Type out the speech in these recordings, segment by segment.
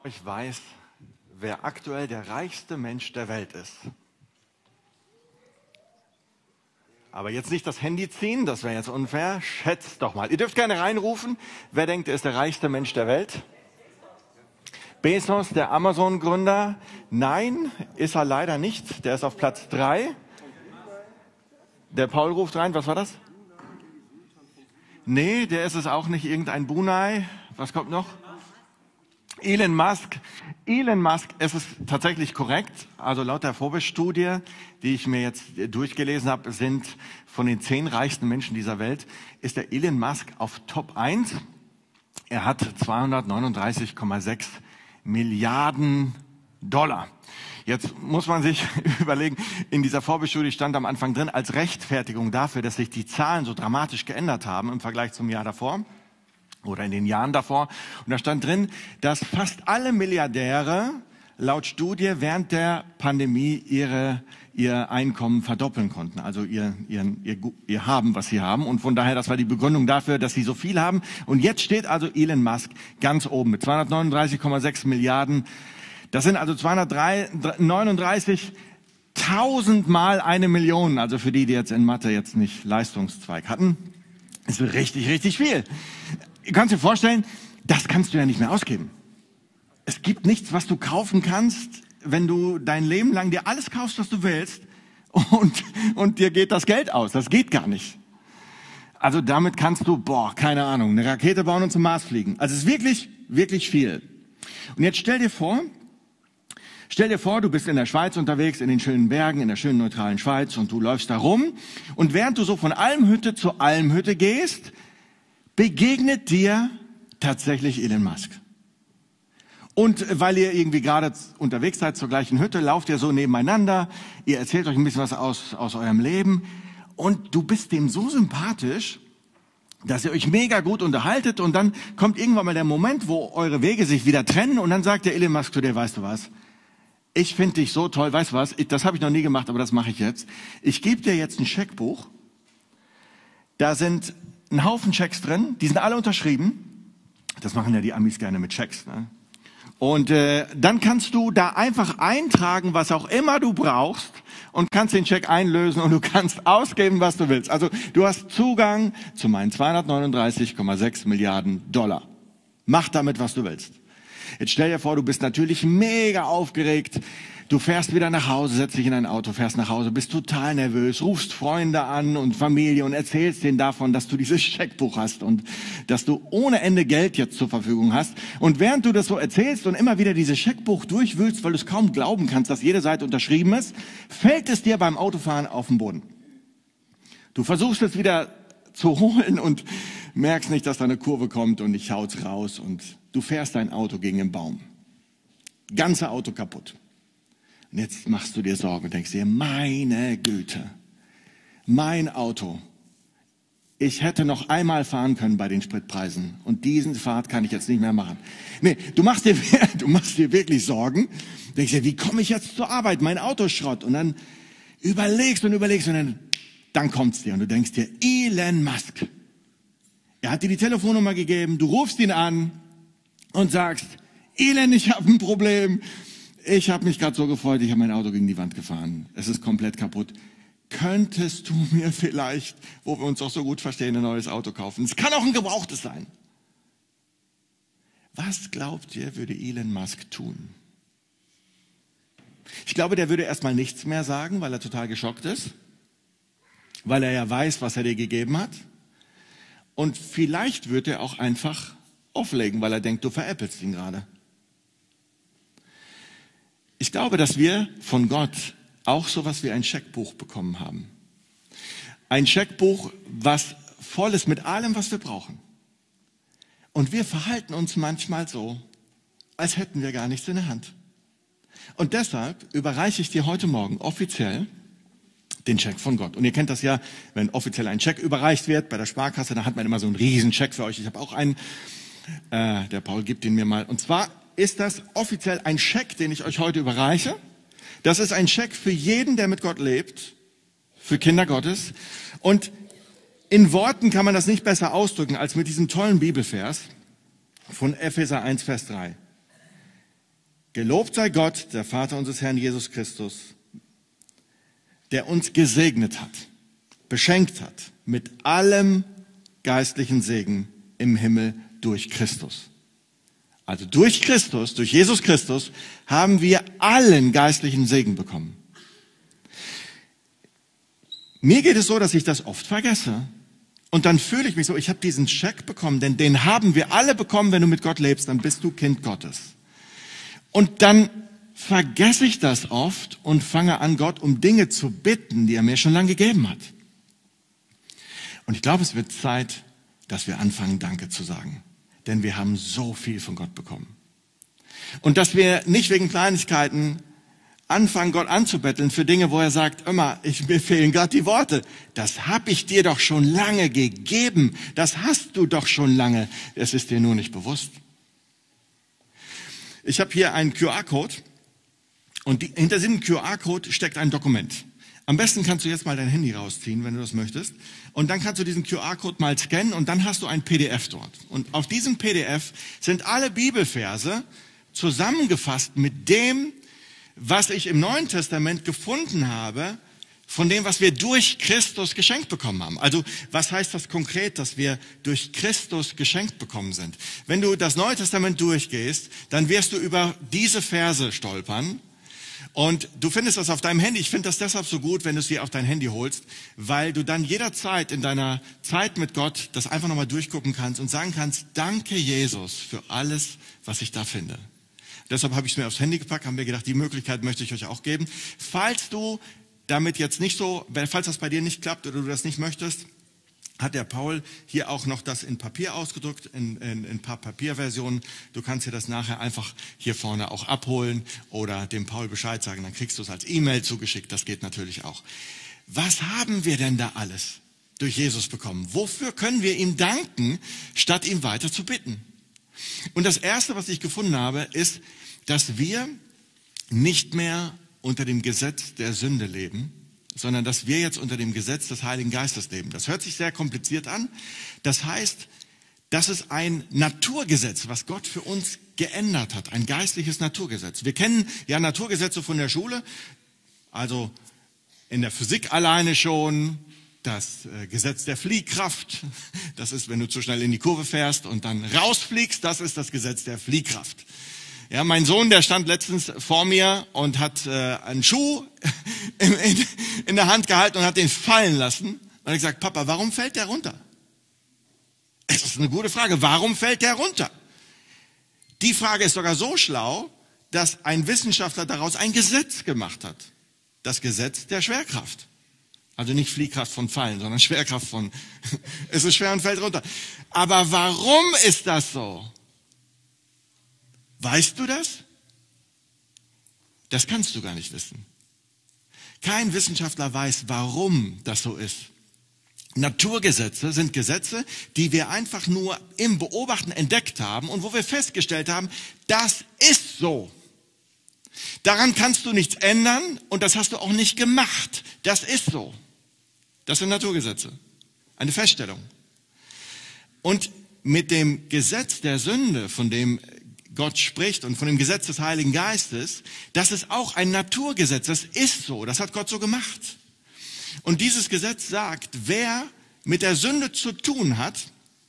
Ich weiß, wer aktuell der reichste Mensch der Welt ist. Aber jetzt nicht das Handy ziehen, das wäre jetzt unfair. Schätzt doch mal. Ihr dürft gerne reinrufen. Wer denkt, er ist der reichste Mensch der Welt? Bezos, der Amazon-Gründer? Nein, ist er leider nicht. Der ist auf Platz 3. Der Paul ruft rein. Was war das? Nee, der ist es auch nicht. Irgendein Bunai. Was kommt noch? Elon Musk. Elon Musk, es ist tatsächlich korrekt. Also laut der Forbes-Studie, die ich mir jetzt durchgelesen habe, sind von den 10 reichsten Menschen dieser Welt, ist der Elon Musk auf Top 1. Er hat 239,6 Milliarden Dollar. Jetzt muss man sich überlegen, in dieser Forbes-Studie stand am Anfang drin, als Rechtfertigung dafür, dass sich die Zahlen so dramatisch geändert haben im Vergleich zum Jahr davor. Oder in den Jahren davor. Und da stand drin, dass fast alle Milliardäre laut Studie während der Pandemie ihr Einkommen verdoppeln konnten. Also ihr Haben, was sie haben. Und von daher, das war die Begründung dafür, dass sie so viel haben. Und jetzt steht also Elon Musk ganz oben mit 239,6 Milliarden. Das sind also 239.000 mal 1 Million. Also für die jetzt in Mathe jetzt nicht Leistungszweig hatten. Das ist richtig, richtig viel. Du kannst dir vorstellen, das kannst du ja nicht mehr ausgeben. Es gibt nichts, was du kaufen kannst, wenn du dein Leben lang dir alles kaufst, was du willst und dir geht das Geld aus. Das geht gar nicht. Also damit kannst du, keine Ahnung, eine Rakete bauen und zum Mars fliegen. Also es ist wirklich, wirklich viel. Und jetzt stell dir vor, du bist in der Schweiz unterwegs, in den schönen Bergen, in der schönen neutralen Schweiz und du läufst da rum und während du so von Almhütte zu Almhütte gehst, begegnet dir tatsächlich Elon Musk. Und weil ihr irgendwie gerade unterwegs seid zur gleichen Hütte, lauft ihr so nebeneinander, ihr erzählt euch ein bisschen was aus eurem Leben und du bist dem so sympathisch, dass ihr euch mega gut unterhaltet und dann kommt irgendwann mal der Moment, wo eure Wege sich wieder trennen und dann sagt der Elon Musk zu dir, weißt du was, ich finde dich so toll, weißt du was, das habe ich noch nie gemacht, aber das mache ich jetzt. Ich gebe dir jetzt ein Scheckbuch, da sind ein Haufen Schecks drin, die sind alle unterschrieben. Das machen ja die Amis gerne mit Schecks. Ne? Und dann kannst du da einfach eintragen, was auch immer du brauchst und kannst den Scheck einlösen und du kannst ausgeben, was du willst. Also du hast Zugang zu meinen 239,6 Milliarden Dollar. Mach damit, was du willst. Jetzt stell dir vor, du bist natürlich mega aufgeregt. Du fährst wieder nach Hause, setzt dich in dein Auto, fährst nach Hause, bist total nervös, rufst Freunde an und Familie und erzählst denen davon, dass du dieses Scheckbuch hast und dass du ohne Ende Geld jetzt zur Verfügung hast. Und während du das so erzählst und immer wieder dieses Scheckbuch durchwühlst, weil du es kaum glauben kannst, dass jede Seite unterschrieben ist, fällt es dir beim Autofahren auf den Boden. Du versuchst es wieder zu holen und merkst nicht, dass da eine Kurve kommt und dich haut's raus und du fährst dein Auto gegen den Baum. Ganze Auto kaputt. Und jetzt machst du dir Sorgen und denkst dir, meine Güte, mein Auto. Ich hätte noch einmal fahren können bei den Spritpreisen und diesen Fahrt kann ich jetzt nicht mehr machen. Nee, du machst dir wirklich Sorgen. Denkst dir, wie komme ich jetzt zur Arbeit? Mein Auto ist Schrott. Und dann überlegst und dann kommt's dir und du denkst dir, Elon Musk. Er hat dir die Telefonnummer gegeben, du rufst ihn an und sagst, Elon, ich habe ein Problem. Ich habe mich gerade so gefreut, ich habe mein Auto gegen die Wand gefahren. Es ist komplett kaputt. Könntest du mir vielleicht, wo wir uns auch so gut verstehen, ein neues Auto kaufen? Es kann auch ein gebrauchtes sein. Was glaubt ihr, würde Elon Musk tun? Ich glaube, der würde erstmal nichts mehr sagen, weil er total geschockt ist. Weil er ja weiß, was er dir gegeben hat. Und vielleicht wird er auch einfach auflegen, weil er denkt, du veräppelst ihn gerade. Ich glaube, dass wir von Gott auch sowas wie ein Scheckbuch bekommen haben. Ein Scheckbuch, was voll ist mit allem, was wir brauchen. Und wir verhalten uns manchmal so, als hätten wir gar nichts in der Hand. Und deshalb überreiche ich dir heute Morgen offiziell den Scheck von Gott. Und ihr kennt das ja, wenn offiziell ein Scheck überreicht wird bei der Sparkasse, dann hat man immer so einen riesen Scheck für euch. Ich habe auch einen. Der Paul gibt ihn mir mal. Und zwar ist das offiziell ein Scheck, den ich euch heute überreiche. Das ist ein Scheck für jeden, der mit Gott lebt, für Kinder Gottes. Und in Worten kann man das nicht besser ausdrücken als mit diesem tollen Bibelvers von Epheser 1, Vers 3. Gelobt sei Gott, der Vater unseres Herrn Jesus Christus, der uns gesegnet hat, beschenkt hat mit allem geistlichen Segen im Himmel durch Christus. Also durch Christus, durch Jesus Christus, haben wir allen geistlichen Segen bekommen. Mir geht es so, dass ich das oft vergesse. Und dann fühle ich mich so, ich habe diesen Scheck bekommen, denn den haben wir alle bekommen, wenn du mit Gott lebst, dann bist du Kind Gottes. Und dann vergesse ich das oft und fange an, Gott um Dinge zu bitten, die er mir schon lange gegeben hat. Und ich glaube, es wird Zeit, dass wir anfangen, Danke zu sagen. Denn wir haben so viel von Gott bekommen. Und dass wir nicht wegen Kleinigkeiten anfangen, Gott anzubetteln für Dinge, wo er sagt, immer, mir fehlen gerade die Worte. Das habe ich dir doch schon lange gegeben. Das hast du doch schon lange. Es ist dir nur nicht bewusst. Ich habe hier einen QR-Code und hinter diesem QR-Code steckt ein Dokument. Am besten kannst du jetzt mal dein Handy rausziehen, wenn du das möchtest. Und dann kannst du diesen QR-Code mal scannen und dann hast du ein PDF dort. Und auf diesem PDF sind alle Bibelverse zusammengefasst mit dem, was ich im Neuen Testament gefunden habe, von dem, was wir durch Christus geschenkt bekommen haben. Also, was heißt das konkret, dass wir durch Christus geschenkt bekommen sind? Wenn du das Neue Testament durchgehst, dann wirst du über diese Verse stolpern. Und du findest das auf deinem Handy. Ich finde das deshalb so gut, wenn du es dir auf dein Handy holst, weil du dann jederzeit in deiner Zeit mit Gott das einfach nochmal durchgucken kannst und sagen kannst, danke Jesus für alles, was ich da finde. Deshalb habe ich es mir aufs Handy gepackt, haben wir gedacht, die Möglichkeit möchte ich euch auch geben. Falls du damit jetzt nicht so, falls das bei dir nicht klappt oder du das nicht möchtest, hat der Paul hier auch noch das in Papier ausgedruckt, in ein paar Papierversionen. Du kannst dir das nachher einfach hier vorne auch abholen oder dem Paul Bescheid sagen, dann kriegst du es als E-Mail zugeschickt, das geht natürlich auch. Was haben wir denn da alles durch Jesus bekommen? Wofür können wir ihm danken, statt ihm weiter zu bitten? Und das Erste, was ich gefunden habe, ist, dass wir nicht mehr unter dem Gesetz der Sünde leben, sondern dass wir jetzt unter dem Gesetz des Heiligen Geistes leben. Das hört sich sehr kompliziert an. Das heißt, das ist ein Naturgesetz, was Gott für uns geändert hat, ein geistliches Naturgesetz. Wir kennen ja Naturgesetze von der Schule, also in der Physik alleine schon, das Gesetz der Fliehkraft, das ist, wenn du zu schnell in die Kurve fährst und dann rausfliegst, das ist das Gesetz der Fliehkraft. Ja, mein Sohn, der stand letztens vor mir und hat einen Schuh in der Hand gehalten und hat den fallen lassen. Und ich gesagt, Papa, warum fällt der runter? Es ist eine gute Frage. Warum fällt der runter? Die Frage ist sogar so schlau, dass ein Wissenschaftler daraus ein Gesetz gemacht hat. Das Gesetz der Schwerkraft. Also nicht Fliehkraft von Fallen, sondern Schwerkraft von, es ist schwer und fällt runter. Aber warum ist das so? Weißt du das? Das kannst du gar nicht wissen. Kein Wissenschaftler weiß, warum das so ist. Naturgesetze sind Gesetze, die wir einfach nur im Beobachten entdeckt haben und wo wir festgestellt haben, das ist so. Daran kannst du nichts ändern und das hast du auch nicht gemacht. Das ist so. Das sind Naturgesetze. Eine Feststellung. Und mit dem Gesetz der Sünde, von dem Gott spricht und von dem Gesetz des Heiligen Geistes, das ist auch ein Naturgesetz. Das ist so. Das hat Gott so gemacht. Und dieses Gesetz sagt, wer mit der Sünde zu tun hat,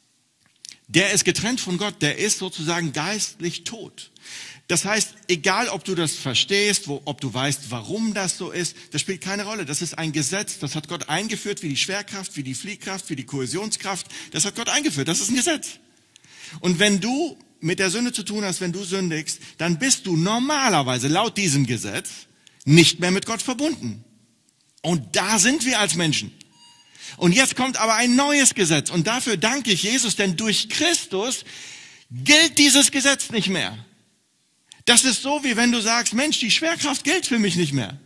der ist getrennt von Gott, der ist sozusagen geistlich tot. Das heißt, egal ob du das verstehst, ob du weißt, warum das so ist, das spielt keine Rolle. Das ist ein Gesetz, das hat Gott eingeführt, wie die Schwerkraft, wie die Fliehkraft, wie die Kohäsionskraft. Das hat Gott eingeführt, das ist ein Gesetz. Und wenn du mit der Sünde zu tun hast, wenn du sündigst, dann bist du normalerweise laut diesem Gesetz nicht mehr mit Gott verbunden. Und da sind wir als Menschen. Und jetzt kommt aber ein neues Gesetz. Und dafür danke ich Jesus, denn durch Christus gilt dieses Gesetz nicht mehr. Das ist so, wie wenn du sagst, Mensch, die Schwerkraft gilt für mich nicht mehr.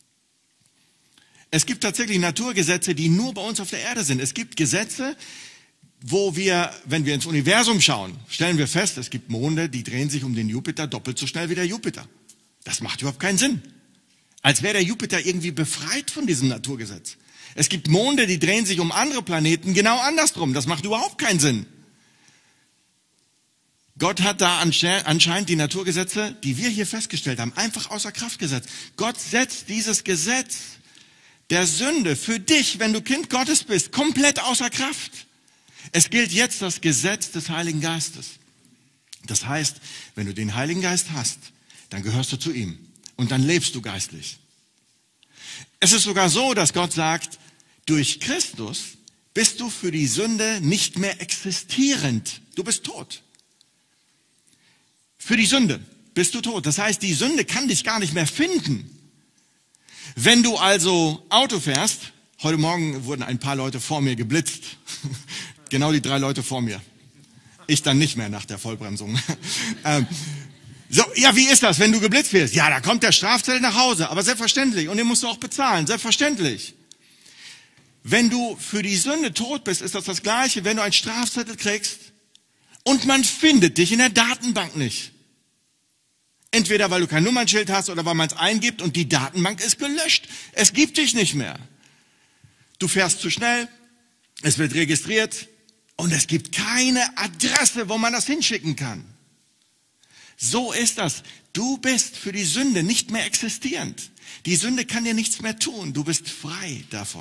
Es gibt tatsächlich Naturgesetze, die nur bei uns auf der Erde sind. Es gibt Gesetze, wo wir, wenn wir ins Universum schauen, stellen wir fest, es gibt Monde, die drehen sich um den Jupiter doppelt so schnell wie der Jupiter. Das macht überhaupt keinen Sinn. Als wäre der Jupiter irgendwie befreit von diesem Naturgesetz. Es gibt Monde, die drehen sich um andere Planeten genau andersrum. Das macht überhaupt keinen Sinn. Gott hat da anscheinend die Naturgesetze, die wir hier festgestellt haben, einfach außer Kraft gesetzt. Gott setzt dieses Gesetz der Sünde für dich, wenn du Kind Gottes bist, komplett außer Kraft. Es gilt jetzt das Gesetz des Heiligen Geistes. Das heißt, wenn du den Heiligen Geist hast, dann gehörst du zu ihm und dann lebst du geistlich. Es ist sogar so, dass Gott sagt, durch Christus bist du für die Sünde nicht mehr existierend. Du bist tot. Für die Sünde bist du tot. Das heißt, die Sünde kann dich gar nicht mehr finden. Wenn du also Auto fährst, heute Morgen wurden ein paar Leute vor mir geblitzt. Genau die 3 Leute vor mir. Ich dann nicht mehr nach der Vollbremsung. So, ja, wie ist das, wenn du geblitzt wirst? Ja, da kommt der Strafzettel nach Hause, aber selbstverständlich. Und den musst du auch bezahlen, selbstverständlich. Wenn du für die Sünde tot bist, ist das Gleiche, wenn du einen Strafzettel kriegst und man findet dich in der Datenbank nicht. Entweder weil du kein Nummernschild hast oder weil man es eingibt und die Datenbank ist gelöscht. Es gibt dich nicht mehr. Du fährst zu schnell, es wird registriert und es gibt keine Adresse, wo man das hinschicken kann. So ist das. Du bist für die Sünde nicht mehr existierend. Die Sünde kann dir nichts mehr tun. Du bist frei davon.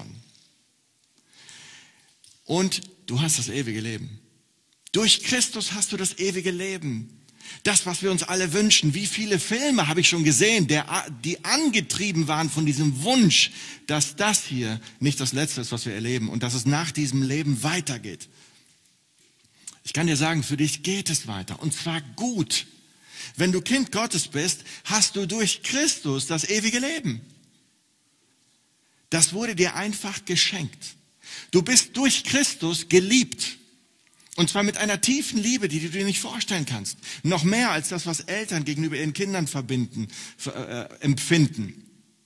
Und du hast das ewige Leben. Durch Christus hast du das ewige Leben. Das, was wir uns alle wünschen. Wie viele Filme habe ich schon gesehen, die angetrieben waren von diesem Wunsch, dass das hier nicht das Letzte ist, was wir erleben und dass es nach diesem Leben weitergeht. Ich kann dir sagen, für dich geht es weiter und zwar gut. Wenn du Kind Gottes bist, hast du durch Christus das ewige Leben. Das wurde dir einfach geschenkt. Du bist durch Christus geliebt. Und zwar mit einer tiefen Liebe, die du dir nicht vorstellen kannst. Noch mehr als das, was Eltern gegenüber ihren Kindern empfinden.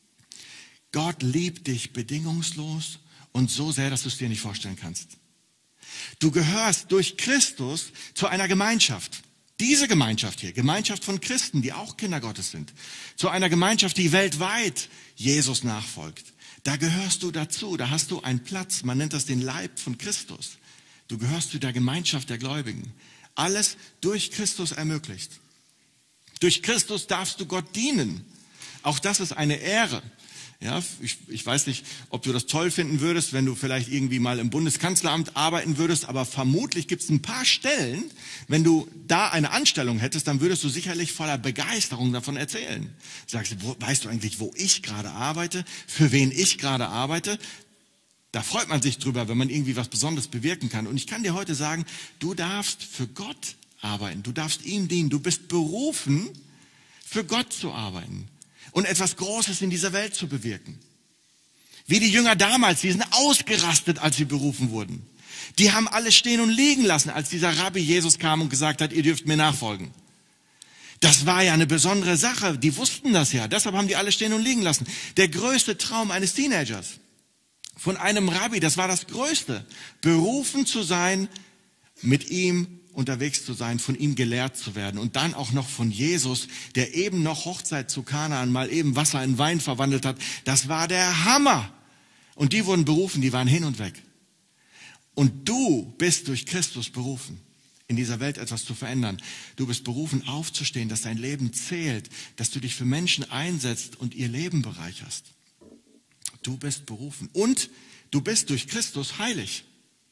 Gott liebt dich bedingungslos und so sehr, dass du es dir nicht vorstellen kannst. Du gehörst durch Christus zu einer Gemeinschaft. Diese Gemeinschaft hier, Gemeinschaft von Christen, die auch Kinder Gottes sind. Zu einer Gemeinschaft, die weltweit Jesus nachfolgt. Da gehörst du dazu, da hast du einen Platz. Man nennt das den Leib von Christus. Du gehörst zu der Gemeinschaft der Gläubigen. Alles durch Christus ermöglicht. Durch Christus darfst du Gott dienen. Auch das ist eine Ehre. Ja, ich weiß nicht, ob du das toll finden würdest, wenn du vielleicht irgendwie mal im Bundeskanzleramt arbeiten würdest, aber vermutlich gibt es ein paar Stellen, wenn du da eine Anstellung hättest, dann würdest du sicherlich voller Begeisterung davon erzählen. Sagst du, weißt du eigentlich, wo ich gerade arbeite, für wen ich gerade arbeite? Da freut man sich drüber, wenn man irgendwie was Besonderes bewirken kann. Und ich kann dir heute sagen, du darfst für Gott arbeiten, du darfst ihm dienen, du bist berufen, für Gott zu arbeiten. Und etwas Großes in dieser Welt zu bewirken. Wie die Jünger damals, die sind ausgerastet, als sie berufen wurden. Die haben alles stehen und liegen lassen, als dieser Rabbi Jesus kam und gesagt hat, ihr dürft mir nachfolgen. Das war ja eine besondere Sache, die wussten das ja, deshalb haben die alles stehen und liegen lassen. Der größte Traum eines Teenagers, von einem Rabbi, das war das Größte, berufen zu sein, mit ihm unterwegs zu sein, von ihm gelehrt zu werden und dann auch noch von Jesus, der eben noch Hochzeit zu Kanaan mal eben Wasser in Wein verwandelt hat. Das war der Hammer. Und die wurden berufen, die waren hin und weg. Und du bist durch Christus berufen, in dieser Welt etwas zu verändern. Du bist berufen, aufzustehen, dass dein Leben zählt, dass du dich für Menschen einsetzt und ihr Leben bereicherst. Du bist berufen und du bist durch Christus heilig.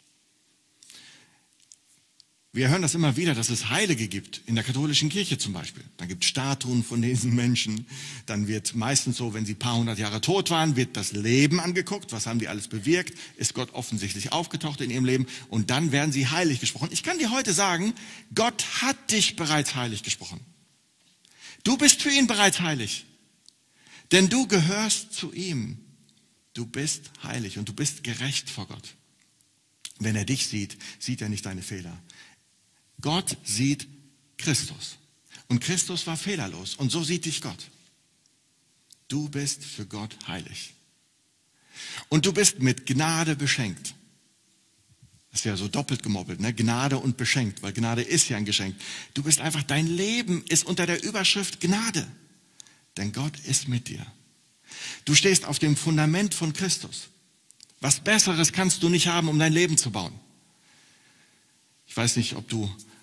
Wir hören das immer wieder, dass es Heilige gibt, in der katholischen Kirche zum Beispiel. Dann gibt es Statuen von diesen Menschen. Dann wird meistens so, wenn sie ein paar hundert Jahre tot waren, wird das Leben angeguckt. Was haben die alles bewirkt? Ist Gott offensichtlich aufgetaucht in ihrem Leben? Und dann werden sie heilig gesprochen. Ich kann dir heute sagen, Gott hat dich bereits heilig gesprochen. Du bist für ihn bereits heilig. Denn du gehörst zu ihm. Du bist heilig und du bist gerecht vor Gott. Wenn er dich sieht, sieht er nicht deine Fehler. Gott sieht Christus. Und Christus war fehlerlos. Und so sieht dich Gott. Du bist für Gott heilig. Und du bist mit Gnade beschenkt. Das ist ja so doppelt gemoppelt, ne? Gnade und beschenkt, weil Gnade ist ja ein Geschenk. Du bist einfach, dein Leben ist unter der Überschrift Gnade. Denn Gott ist mit dir. Du stehst auf dem Fundament von Christus. Was Besseres kannst du nicht haben, um dein Leben zu bauen. Ich weiß nicht, ob du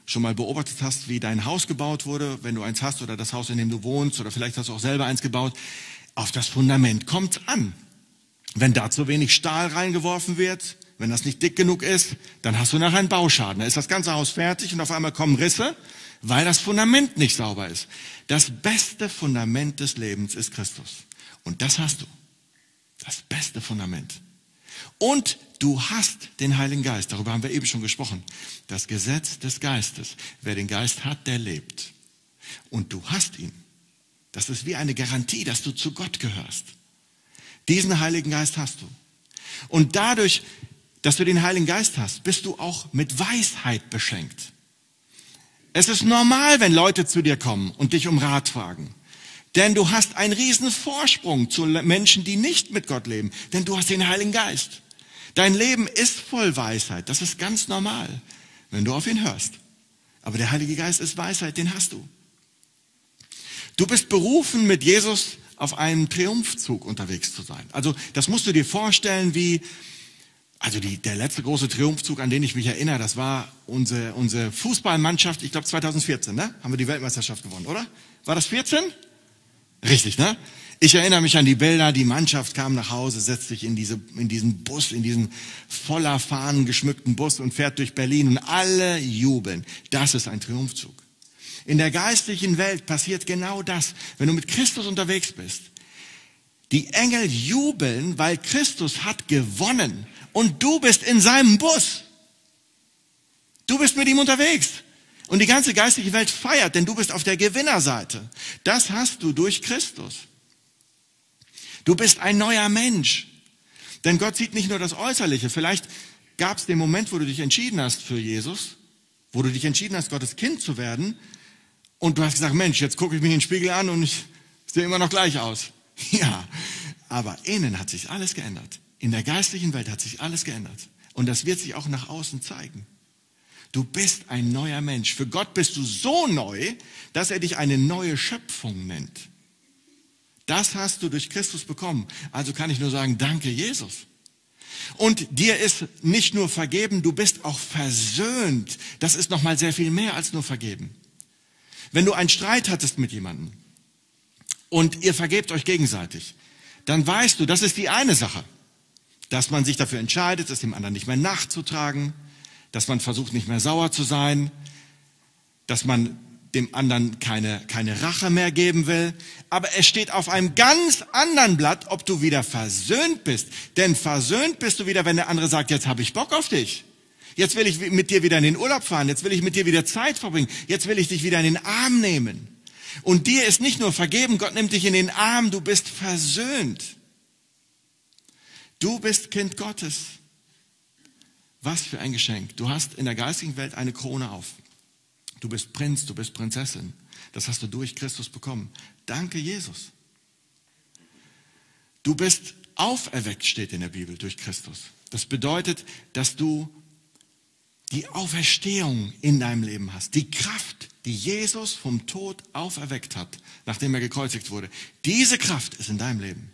schon mal beobachtet hast, wie dein Haus gebaut wurde, wenn du eins hast oder das Haus, in dem du wohnst oder vielleicht hast du auch selber eins gebaut, auf das Fundament kommt's an. Wenn da zu wenig Stahl reingeworfen wird, wenn das nicht dick genug ist, dann hast du nachher einen Bauschaden. Da ist das ganze Haus fertig und auf einmal kommen Risse, weil das Fundament nicht sauber ist. Das beste Fundament des Lebens ist Christus. Und das hast du. Das beste Fundament. Und du hast den Heiligen Geist. Darüber haben wir eben schon gesprochen. Das Gesetz des Geistes. Wer den Geist hat, der lebt. Und du hast ihn. Das ist wie eine Garantie, dass du zu Gott gehörst. Diesen Heiligen Geist hast du. Und dadurch, dass du den Heiligen Geist hast, bist du auch mit Weisheit beschenkt. Es ist normal, wenn Leute zu dir kommen und dich um Rat fragen. Denn du hast einen riesen Vorsprung zu Menschen, die nicht mit Gott leben. Denn du hast den Heiligen Geist. Dein Leben ist voll Weisheit. Das ist ganz normal, wenn du auf ihn hörst. Aber der Heilige Geist ist Weisheit, den hast du. Du bist berufen, mit Jesus auf einem Triumphzug unterwegs zu sein. Also das musst du dir vorstellen, wie, der letzte große Triumphzug, an den ich mich erinnere, das war unsere Fußballmannschaft, ich glaube 2014, ne? Haben wir die Weltmeisterschaft gewonnen, oder? War das 14? Richtig, ne? Ich erinnere mich an die Bilder, die Mannschaft kam nach Hause, setzt sich in diesen Bus, in diesen voller Fahnen geschmückten Bus und fährt durch Berlin und alle jubeln. Das ist ein Triumphzug. In der geistlichen Welt passiert genau das, wenn du mit Christus unterwegs bist. Die Engel jubeln, weil Christus hat gewonnen und du bist in seinem Bus. Du bist mit ihm unterwegs. Und die ganze geistliche Welt feiert, denn du bist auf der Gewinnerseite. Das hast du durch Christus. Du bist ein neuer Mensch. Denn Gott sieht nicht nur das Äußerliche. Vielleicht gab es den Moment, wo du dich entschieden hast für Jesus, wo du dich entschieden hast, Gottes Kind zu werden. Und du hast gesagt, Mensch, jetzt gucke ich mich in den Spiegel an und ich sehe immer noch gleich aus. Ja, aber innen hat sich alles geändert. In der geistlichen Welt hat sich alles geändert. Und das wird sich auch nach außen zeigen. Du bist ein neuer Mensch. Für Gott bist du so neu, dass er dich eine neue Schöpfung nennt. Das hast du durch Christus bekommen. Also kann ich nur sagen, danke Jesus. Und dir ist nicht nur vergeben, du bist auch versöhnt. Das ist nochmal sehr viel mehr als nur vergeben. Wenn du einen Streit hattest mit jemandem und ihr vergebt euch gegenseitig, dann weißt du, das ist die eine Sache, dass man sich dafür entscheidet, es dem anderen nicht mehr nachzutragen, dass man versucht, nicht mehr sauer zu sein, dass man dem anderen keine Rache mehr geben will. Aber es steht auf einem ganz anderen Blatt, ob du wieder versöhnt bist. Denn versöhnt bist du wieder, wenn der andere sagt, jetzt habe ich Bock auf dich. Jetzt will ich mit dir wieder in den Urlaub fahren. Jetzt will ich mit dir wieder Zeit verbringen. Jetzt will ich dich wieder in den Arm nehmen. Und dir ist nicht nur vergeben, Gott nimmt dich in den Arm, du bist versöhnt. Du bist Kind Gottes. Was für ein Geschenk. Du hast in der geistigen Welt eine Krone auf. Du bist Prinz, du bist Prinzessin. Das hast du durch Christus bekommen. Danke, Jesus. Du bist auferweckt, steht in der Bibel, durch Christus. Das bedeutet, dass du die Auferstehung in deinem Leben hast. Die Kraft, die Jesus vom Tod auferweckt hat, nachdem er gekreuzigt wurde. Diese Kraft ist in deinem Leben.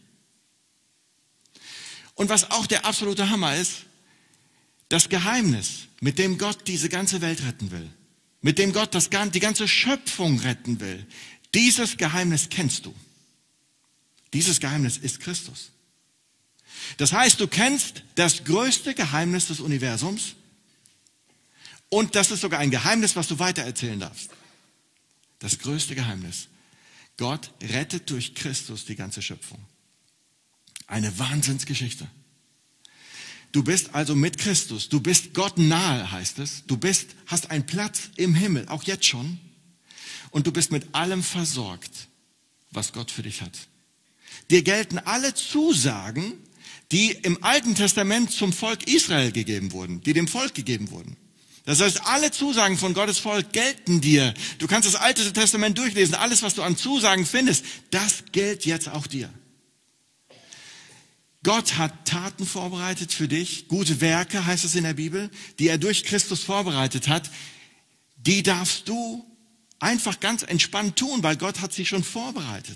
Und was auch der absolute Hammer ist, das Geheimnis, mit dem Gott diese ganze Welt retten will, mit dem Gott die ganze Schöpfung retten will, dieses Geheimnis kennst du. Dieses Geheimnis ist Christus. Das heißt, du kennst das größte Geheimnis des Universums und das ist sogar ein Geheimnis, was du weitererzählen darfst. Das größte Geheimnis. Gott rettet durch Christus die ganze Schöpfung. Eine Wahnsinnsgeschichte. Du bist also mit Christus, du bist Gott nahe, heißt es. Du hast einen Platz im Himmel, auch jetzt schon. Und du bist mit allem versorgt, was Gott für dich hat. Dir gelten alle Zusagen, die im Alten Testament zum Volk Israel gegeben wurden, die dem Volk gegeben wurden. Das heißt, alle Zusagen von Gottes Volk gelten dir. Du kannst das Alte Testament durchlesen, alles, was du an Zusagen findest, das gilt jetzt auch dir. Gott hat Taten vorbereitet für dich, gute Werke heißt es in der Bibel, die er durch Christus vorbereitet hat. Die darfst du einfach ganz entspannt tun, weil Gott hat sie schon vorbereitet.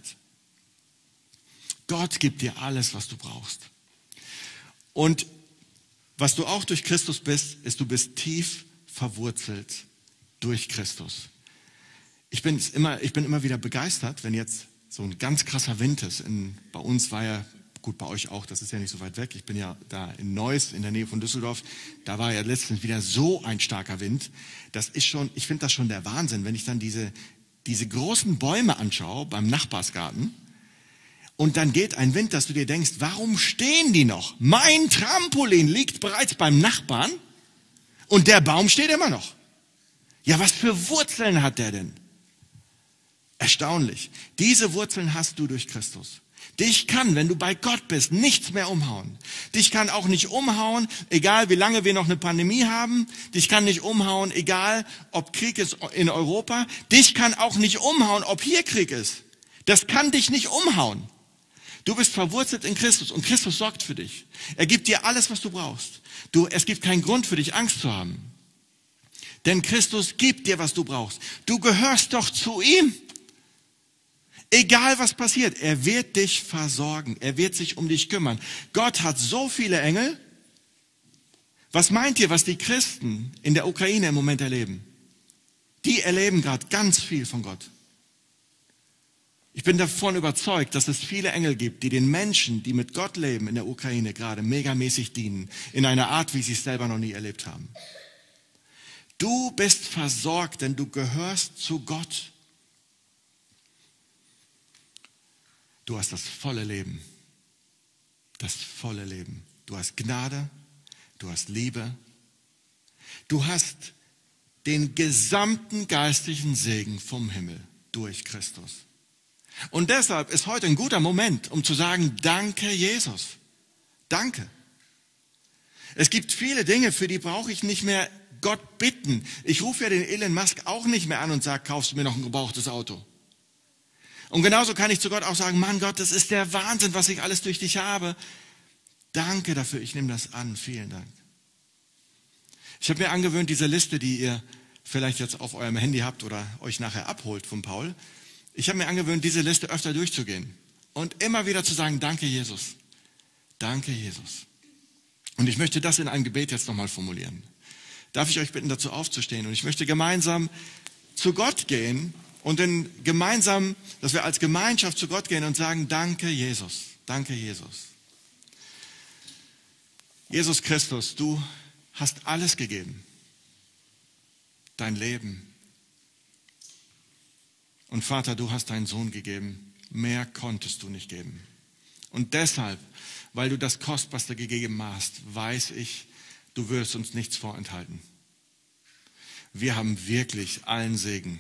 Gott gibt dir alles, was du brauchst. Und was du auch durch Christus bist, ist, du bist tief verwurzelt. durch Christus. Ich bin immer wieder begeistert, wenn jetzt so ein ganz krasser Wind ist. Bei uns war ja, gut, bei euch auch, das ist ja nicht so weit weg. Ich bin ja da in Neuss, in der Nähe von Düsseldorf. Da war ja letztens wieder so ein starker Wind. Ich finde das schon der Wahnsinn, wenn ich dann diese großen Bäume anschaue beim Nachbarsgarten. Und dann geht ein Wind, dass du dir denkst, warum stehen die noch? Mein Trampolin liegt bereits beim Nachbarn und der Baum steht immer noch. Ja, was für Wurzeln hat der denn? Erstaunlich. Diese Wurzeln hast du durch Christus. Dich kann, wenn du bei Gott bist, nichts mehr umhauen. Dich kann auch nicht umhauen, egal wie lange wir noch eine Pandemie haben. Dich kann nicht umhauen, egal ob Krieg ist in Europa. Dich kann auch nicht umhauen, ob hier Krieg ist. Das kann dich nicht umhauen. Du bist verwurzelt in Christus und Christus sorgt für dich. Er gibt dir alles, was du brauchst. Es gibt keinen Grund für dich, Angst zu haben. Denn Christus gibt dir, was du brauchst. Du gehörst doch zu ihm. Egal was passiert, er wird dich versorgen. Er wird sich um dich kümmern. Gott hat so viele Engel. Was meint ihr, was die Christen in der Ukraine im Moment erleben? Die erleben gerade ganz viel von Gott. Ich bin davon überzeugt, dass es viele Engel gibt, die den Menschen, die mit Gott leben in der Ukraine, gerade megamäßig dienen. In einer Art, wie sie es selber noch nie erlebt haben. Du bist versorgt, denn du gehörst zu Gott. Du hast das volle Leben. Das volle Leben. Du hast Gnade, du hast Liebe. Du hast den gesamten geistlichen Segen vom Himmel durch Christus. Und deshalb ist heute ein guter Moment, um zu sagen, danke Jesus. Danke. Es gibt viele Dinge, für die brauche ich nicht mehr Gott bitten. Ich rufe ja den Elon Musk auch nicht mehr an und sage, kaufst du mir noch ein gebrauchtes Auto? Und genauso kann ich zu Gott auch sagen, Mann Gott, das ist der Wahnsinn, was ich alles durch dich habe. Danke dafür, ich nehme das an. Vielen Dank. Ich habe mir angewöhnt, diese Liste, die ihr vielleicht jetzt auf eurem Handy habt oder euch nachher abholt von Paul, ich habe mir angewöhnt, diese Liste öfter durchzugehen und immer wieder zu sagen, danke Jesus, danke Jesus. Und ich möchte das in einem Gebet jetzt nochmal formulieren. Darf ich euch bitten, dazu aufzustehen? Und ich möchte gemeinsam zu Gott gehen und gemeinsam, dass wir als Gemeinschaft zu Gott gehen und sagen, danke Jesus, danke Jesus. Jesus Christus, du hast alles gegeben, dein Leben. Und Vater, du hast deinen Sohn gegeben, mehr konntest du nicht geben. Und deshalb, weil du das Kostbarste gegeben hast, weiß ich, du wirst uns nichts vorenthalten. Wir haben wirklich allen Segen,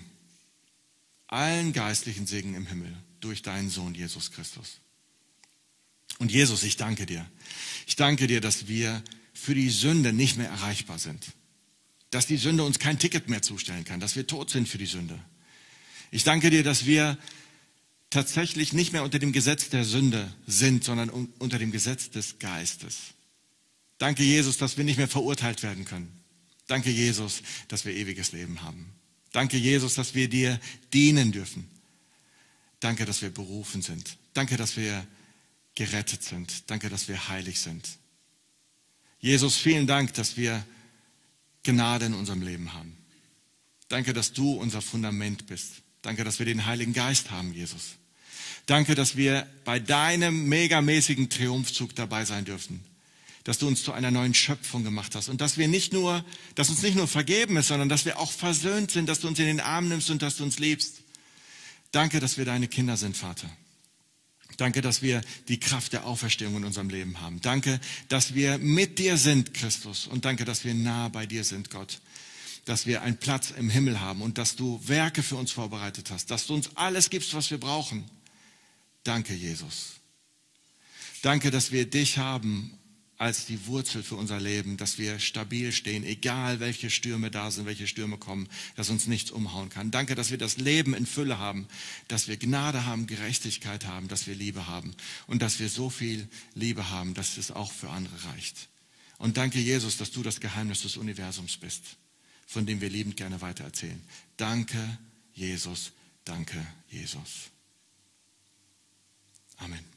allen geistlichen Segen im Himmel durch deinen Sohn Jesus Christus. Und Jesus, ich danke dir. Ich danke dir, dass wir für die Sünde nicht mehr erreichbar sind. Dass die Sünde uns kein Ticket mehr zustellen kann, dass wir tot sind für die Sünde. Ich danke dir, dass wir tatsächlich nicht mehr unter dem Gesetz der Sünde sind, sondern unter dem Gesetz des Geistes. Danke, Jesus, dass wir nicht mehr verurteilt werden können. Danke, Jesus, dass wir ewiges Leben haben. Danke, Jesus, dass wir dir dienen dürfen. Danke, dass wir berufen sind. Danke, dass wir gerettet sind. Danke, dass wir heilig sind. Jesus, vielen Dank, dass wir Gnade in unserem Leben haben. Danke, dass du unser Fundament bist. Danke, dass wir den Heiligen Geist haben, Jesus. Danke, dass wir bei deinem megamäßigen Triumphzug dabei sein dürfen. Dass du uns zu einer neuen Schöpfung gemacht hast und dass uns nicht nur vergeben ist, sondern dass wir auch versöhnt sind, dass du uns in den Arm nimmst und dass du uns liebst. Danke, dass wir deine Kinder sind, Vater. Danke, dass wir die Kraft der Auferstehung in unserem Leben haben. Danke, dass wir mit dir sind, Christus. Und danke, dass wir nah bei dir sind, Gott. Dass wir einen Platz im Himmel haben und dass du Werke für uns vorbereitet hast. Dass du uns alles gibst, was wir brauchen. Danke, Jesus. Danke, dass wir dich haben als die Wurzel für unser Leben, dass wir stabil stehen, egal welche Stürme da sind, welche Stürme kommen, dass uns nichts umhauen kann. Danke, dass wir das Leben in Fülle haben, dass wir Gnade haben, Gerechtigkeit haben, dass wir Liebe haben und dass wir so viel Liebe haben, dass es auch für andere reicht. Und danke, Jesus, dass du das Geheimnis des Universums bist, von dem wir liebend gerne weitererzählen. Danke, Jesus. Danke, Jesus. Amen.